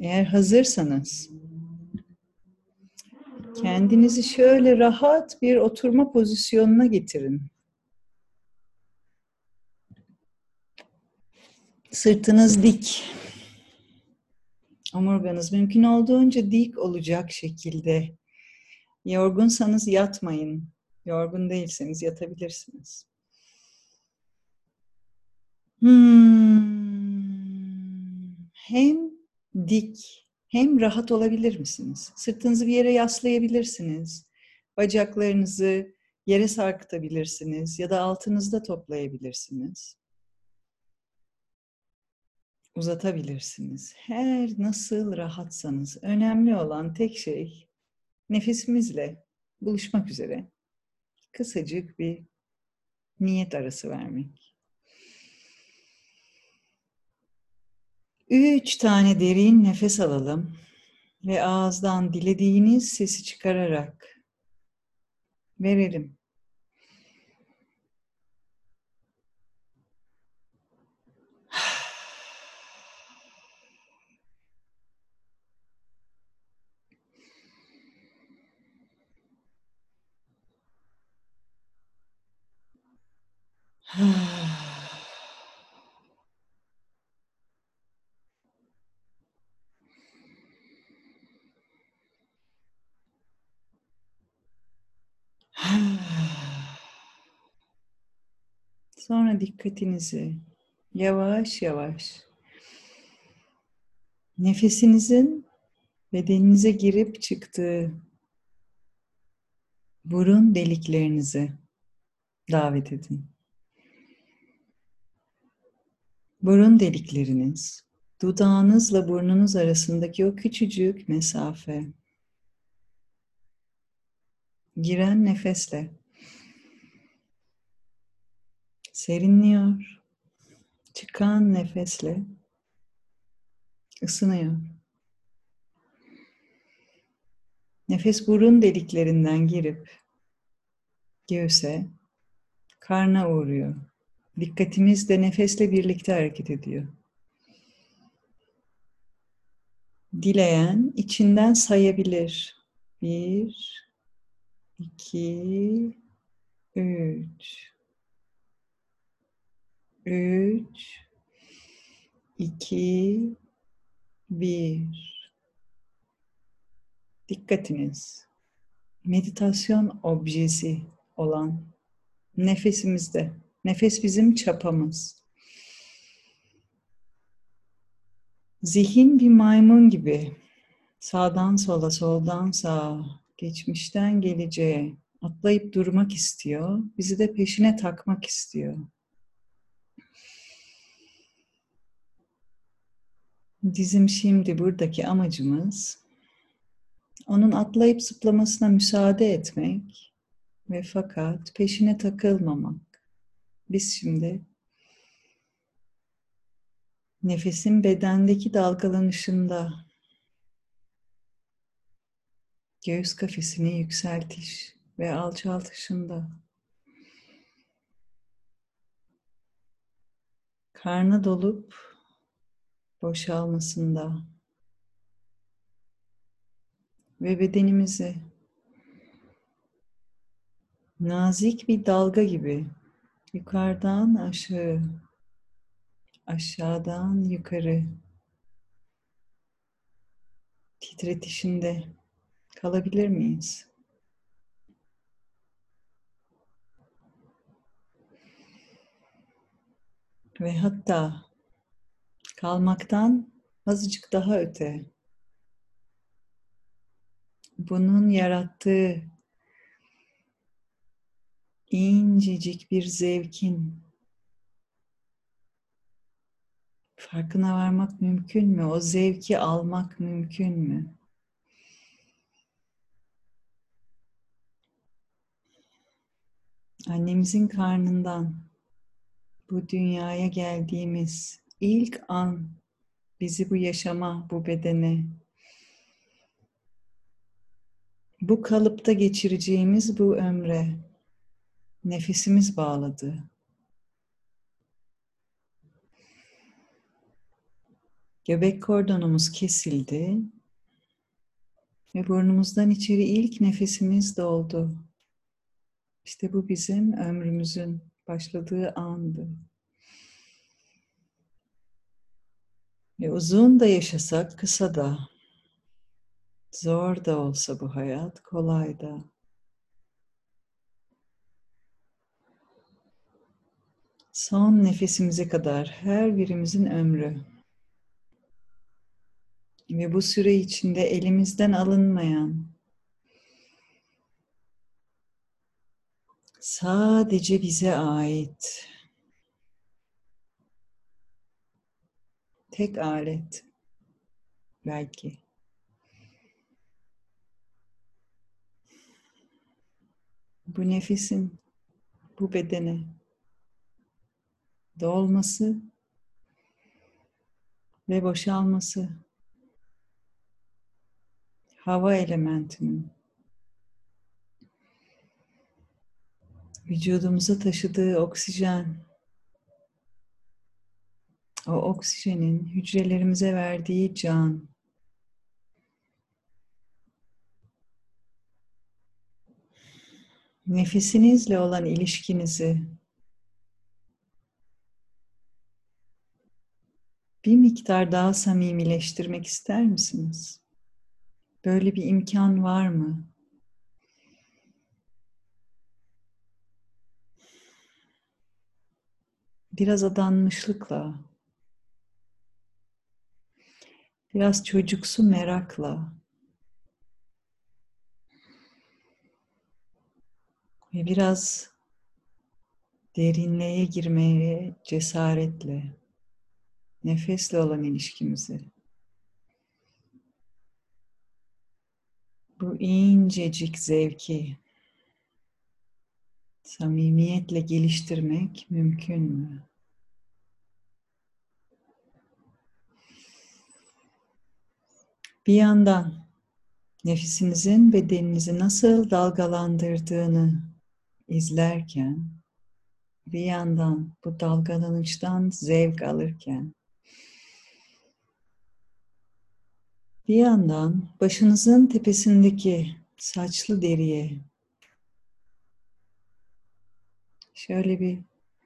Eğer hazırsanız kendinizi şöyle rahat bir oturma pozisyonuna getirin. Sırtınız dik. Omurganız mümkün olduğunca dik olacak şekilde. Yorgunsanız yatmayın. Yorgun değilseniz yatabilirsiniz. Hem dik hem rahat olabilir misiniz? Sırtınızı bir yere yaslayabilirsiniz. Bacaklarınızı yere sarkıtabilirsiniz ya da altınızda toplayabilirsiniz. Uzatabilirsiniz. Her nasıl rahatsanız. Önemli olan tek şey nefesimizle buluşmak üzere kısacık bir niyet arası vermek. 3 tane derin nefes alalım ve ağızdan dilediğiniz sesi çıkararak verelim. Sonra dikkatinizi yavaş yavaş nefesinizin bedeninize girip çıktığı burun deliklerinize davet edin. Burun delikleriniz, dudağınızla burnunuz arasındaki o küçücük mesafe. Giren nefesle serinliyor, çıkan nefesle ısınıyor. Nefes burun deliklerinden girip göğüse, karna uğruyor. Dikkatimiz de nefesle birlikte hareket ediyor. Dileyen içinden sayabilir. 1, 2, 3. 3, 2, 1. Dikkatiniz meditasyon objesi olan nefesimizde. Nefes bizim çapamız. Zihin bir maymun gibi sağdan sola, soldan sağa, geçmişten geleceğe atlayıp durmak istiyor. Bizi de peşine takmak istiyor. Bizim şimdi buradaki amacımız onun atlayıp zıplamasına müsaade etmek ve fakat peşine takılmamak. Biz şimdi nefesin bedendeki dalgalanışında göğüs kafesini yükseltiş ve alçaltışında, karnı dolup boşalmasında ve bedenimizi nazik bir dalga gibi yukarıdan aşağı, aşağıdan yukarı titretişinde kalabilir miyiz? Ve hatta kalmaktan azıcık daha öte, bunun yarattığı incecik bir zevkin farkına varmak mümkün mü? O zevki almak mümkün mü? Annemizin karnından bu dünyaya geldiğimiz ilk an bizi bu yaşama, bu bedene, bu kalıpta geçireceğimiz bu ömre nefesimiz bağladı. Göbek kordonumuz kesildi ve burnumuzdan içeri ilk nefesimiz doldu. İşte bu bizim ömrümüzün başladığı andı. Ve uzun da yaşasak, kısa da, zor da olsa bu hayat, kolay da. Son nefesimize kadar her birimizin ömrü. Ve bu süre içinde elimizden alınmayan, sadece bize ait tek alet belki. Bu nefesin bu bedene dolması ve boşalması, hava elementinin vücudumuza taşıdığı oksijen, o oksijenin hücrelerimize verdiği can, nefesinizle olan ilişkinizi bir miktar daha samimileştirmek ister misiniz? Böyle bir imkan var mı? Biraz adanmışlıkla, biraz çocuksu merakla ve biraz derinliğe girmeye cesaretle, nefesle olan ilişkimizi, bu incecik zevki samimiyetle geliştirmek mümkün mü? Bir yandan nefesinizin bedeninizi nasıl dalgalandırdığını izlerken, bir yandan bu dalgalanıştan zevk alırken, bir yandan başınızın tepesindeki saçlı deriye şöyle bir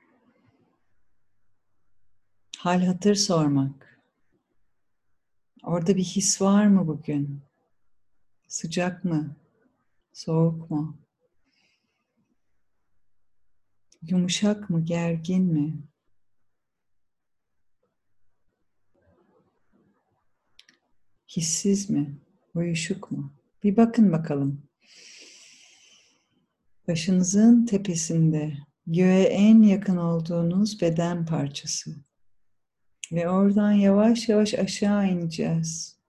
hal hatır sormak. Orada bir his var mı bugün? Sıcak mı? Soğuk mu? Yumuşak mı? Gergin mi? Hissiz mi? Uyuşuk mu? Bir bakın bakalım. Başınızın tepesinde göğe en yakın olduğunuz beden parçası. Ve oradan yavaş yavaş aşağı ineceğiz.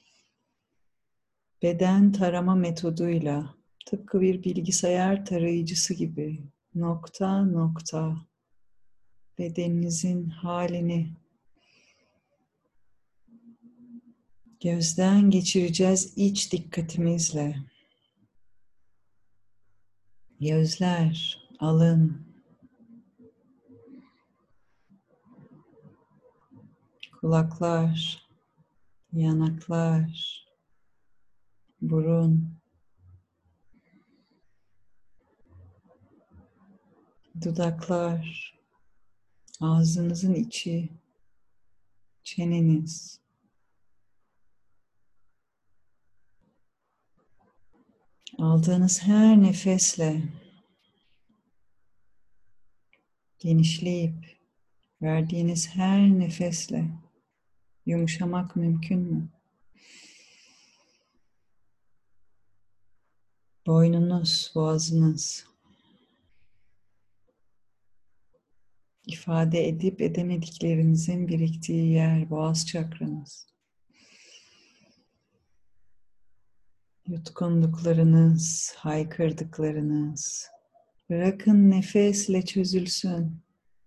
Beden tarama metoduyla, tıpkı bir bilgisayar tarayıcısı gibi nokta nokta bedeninizin halini gözden geçireceğiz iç dikkatimizle. Gözler, alın, kulaklar, yanaklar, burun, dudaklar, ağzınızın içi, çeneniz. Aldığınız her nefesle genişleyip verdiğiniz her nefesle yumuşamak mümkün mü? Boynunuz, boğazınız, ifade edip edemediklerinizin biriktiği yer, boğaz çakranız. Yutkunduklarınız, haykırdıklarınız. Bırakın nefesle çözülsün.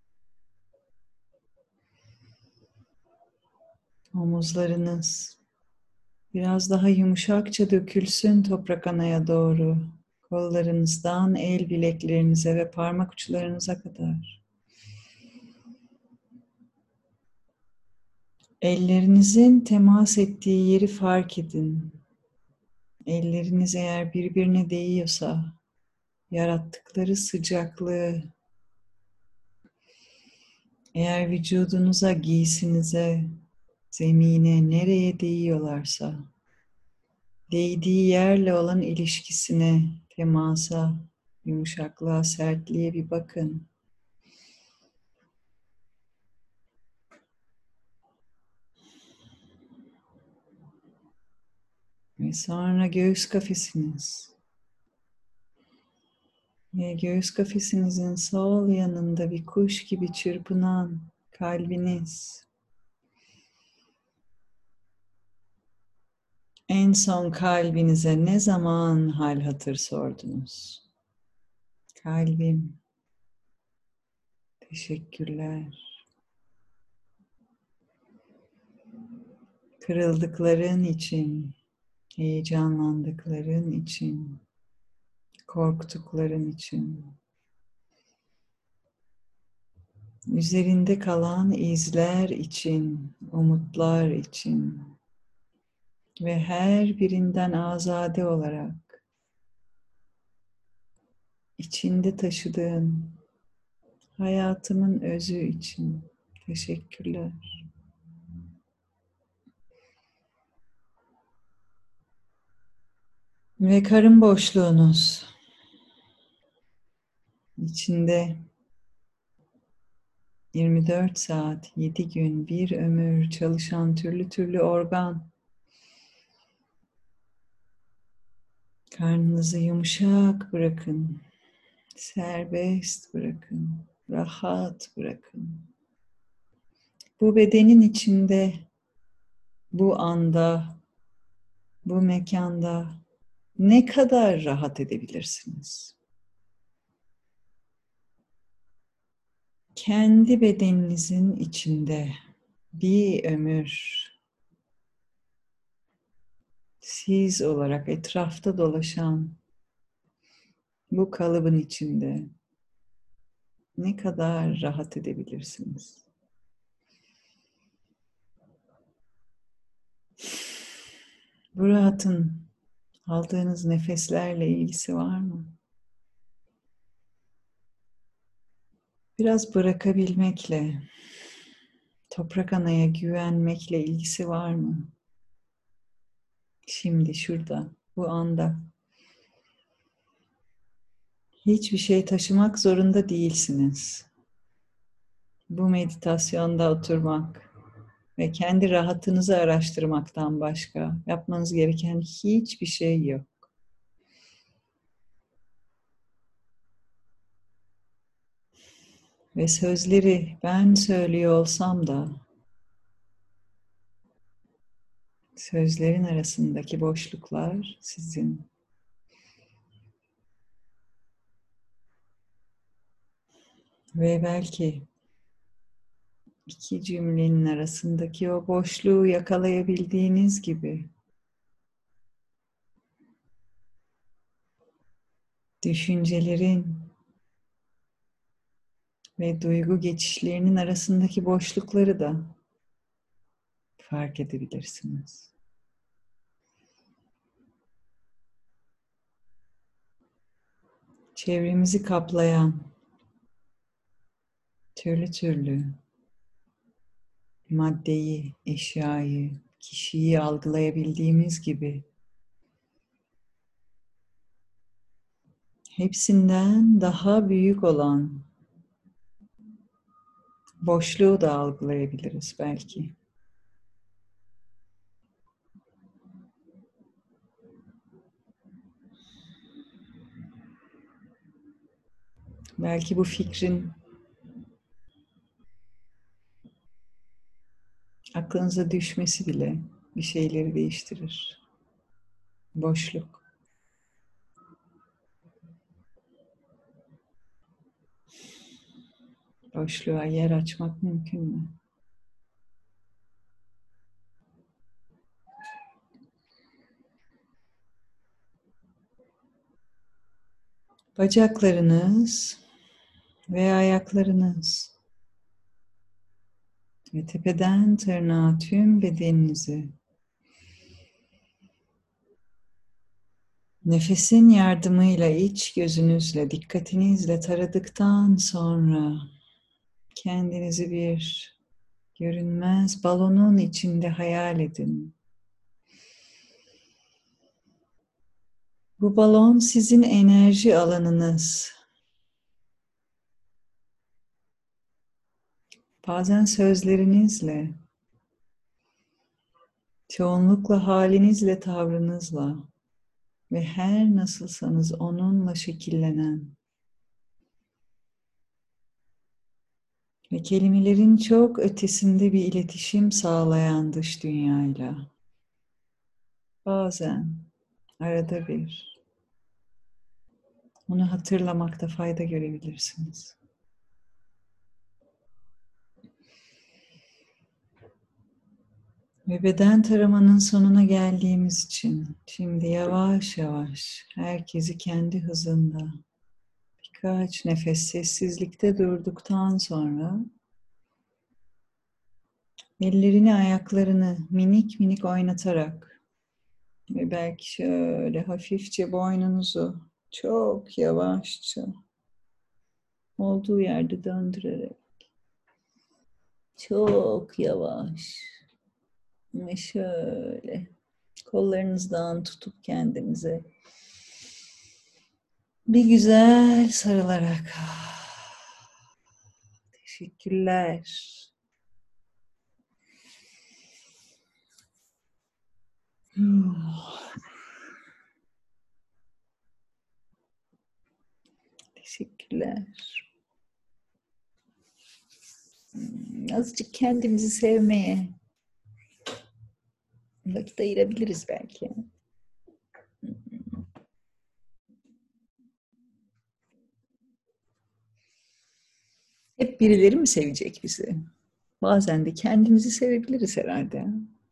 Omuzlarınız biraz daha yumuşakça dökülsün toprak anaya doğru. Kollarınızdan el bileklerinize ve parmak uçlarınıza kadar. Ellerinizin temas ettiği yeri fark edin. Elleriniz eğer birbirine değiyorsa, yarattıkları sıcaklığı, eğer vücudunuza, giysinize, zemine, nereye değiyorlarsa, değdiği yerle olan ilişkisine, temasa, yumuşaklığa, sertliğe bir bakın. Ve sonra göğüs kafesiniz. Ve göğüs kafesinizin sol yanında bir kuş gibi çırpınan kalbiniz. En son kalbinize ne zaman hal hatır sordunuz? Kalbim, teşekkürler. Kırıldıkların için, heyecanlandıkların için, korktukların için, üzerinde kalan izler için, umutlar için ve her birinden azade olarak içinde taşıdığın hayatımın özü için teşekkürler. Ve karın boşluğunuz içinde 24 saat, 7 gün, bir ömür çalışan türlü türlü organ. Karnınızı yumuşak bırakın, serbest bırakın, rahat bırakın. Bu bedenin içinde, bu anda, bu mekanda ne kadar rahat edebilirsiniz? Kendi bedeninizin içinde bir ömür siz olarak etrafta dolaşan bu kalıbın içinde ne kadar rahat edebilirsiniz? Bu rahatın aldığınız nefeslerle ilgisi var mı? Biraz bırakabilmekle, toprak anaya güvenmekle ilgisi var mı? Şimdi, şurada, bu anda. Hiçbir şey taşımak zorunda değilsiniz. Bu meditasyonda oturmak ve kendi rahatınızı araştırmaktan başka yapmanız gereken hiçbir şey yok. Ve sözleri ben söylüyor olsam da sözlerin arasındaki boşluklar sizin. Ve belki iki cümlenin arasındaki o boşluğu yakalayabildiğiniz gibi düşüncelerin ve duygu geçişlerinin arasındaki boşlukları da fark edebilirsiniz. Çevremizi kaplayan türlü türlü maddeyi, eşyayı, kişiyi algılayabildiğimiz gibi hepsinden daha büyük olan boşluğu da algılayabiliriz belki. Belki bu fikrin aklınıza düşmesi bile bir şeyleri değiştirir. Boşluk. Boşluğa yer açmak mümkün mü? Bacaklarınız ve ayaklarınız ve tepeden tırnağa tüm bedeninizi nefesin yardımıyla iç gözünüzle, dikkatinizle taradıktan sonra kendinizi bir görünmez balonun içinde hayal edin. Bu balon sizin enerji alanınız. Bazen sözlerinizle, çoğunlukla halinizle, tavrınızla ve her nasılsanız onunla şekillenen ve kelimelerin çok ötesinde bir iletişim sağlayan dış dünyayla. Bazen, arada bir, onu hatırlamakta fayda görebilirsiniz. Ve beden taramanın sonuna geldiğimiz için şimdi yavaş yavaş herkesi kendi hızında birkaç nefes sessizlikte durduktan sonra ellerini ayaklarını minik minik oynatarak ve belki şöyle hafifçe boynunuzu çok yavaşça olduğu yerde döndürerek çok yavaş ve şöyle kollarınızdan tutup kendinize bir güzel sarılarak teşekkürler. Teşekkürler. Azıcık kendimizi sevmeye vakit ayırabiliriz belki. Hep birileri mi sevecek bizi? Bazen de kendimizi sevebiliriz herhalde.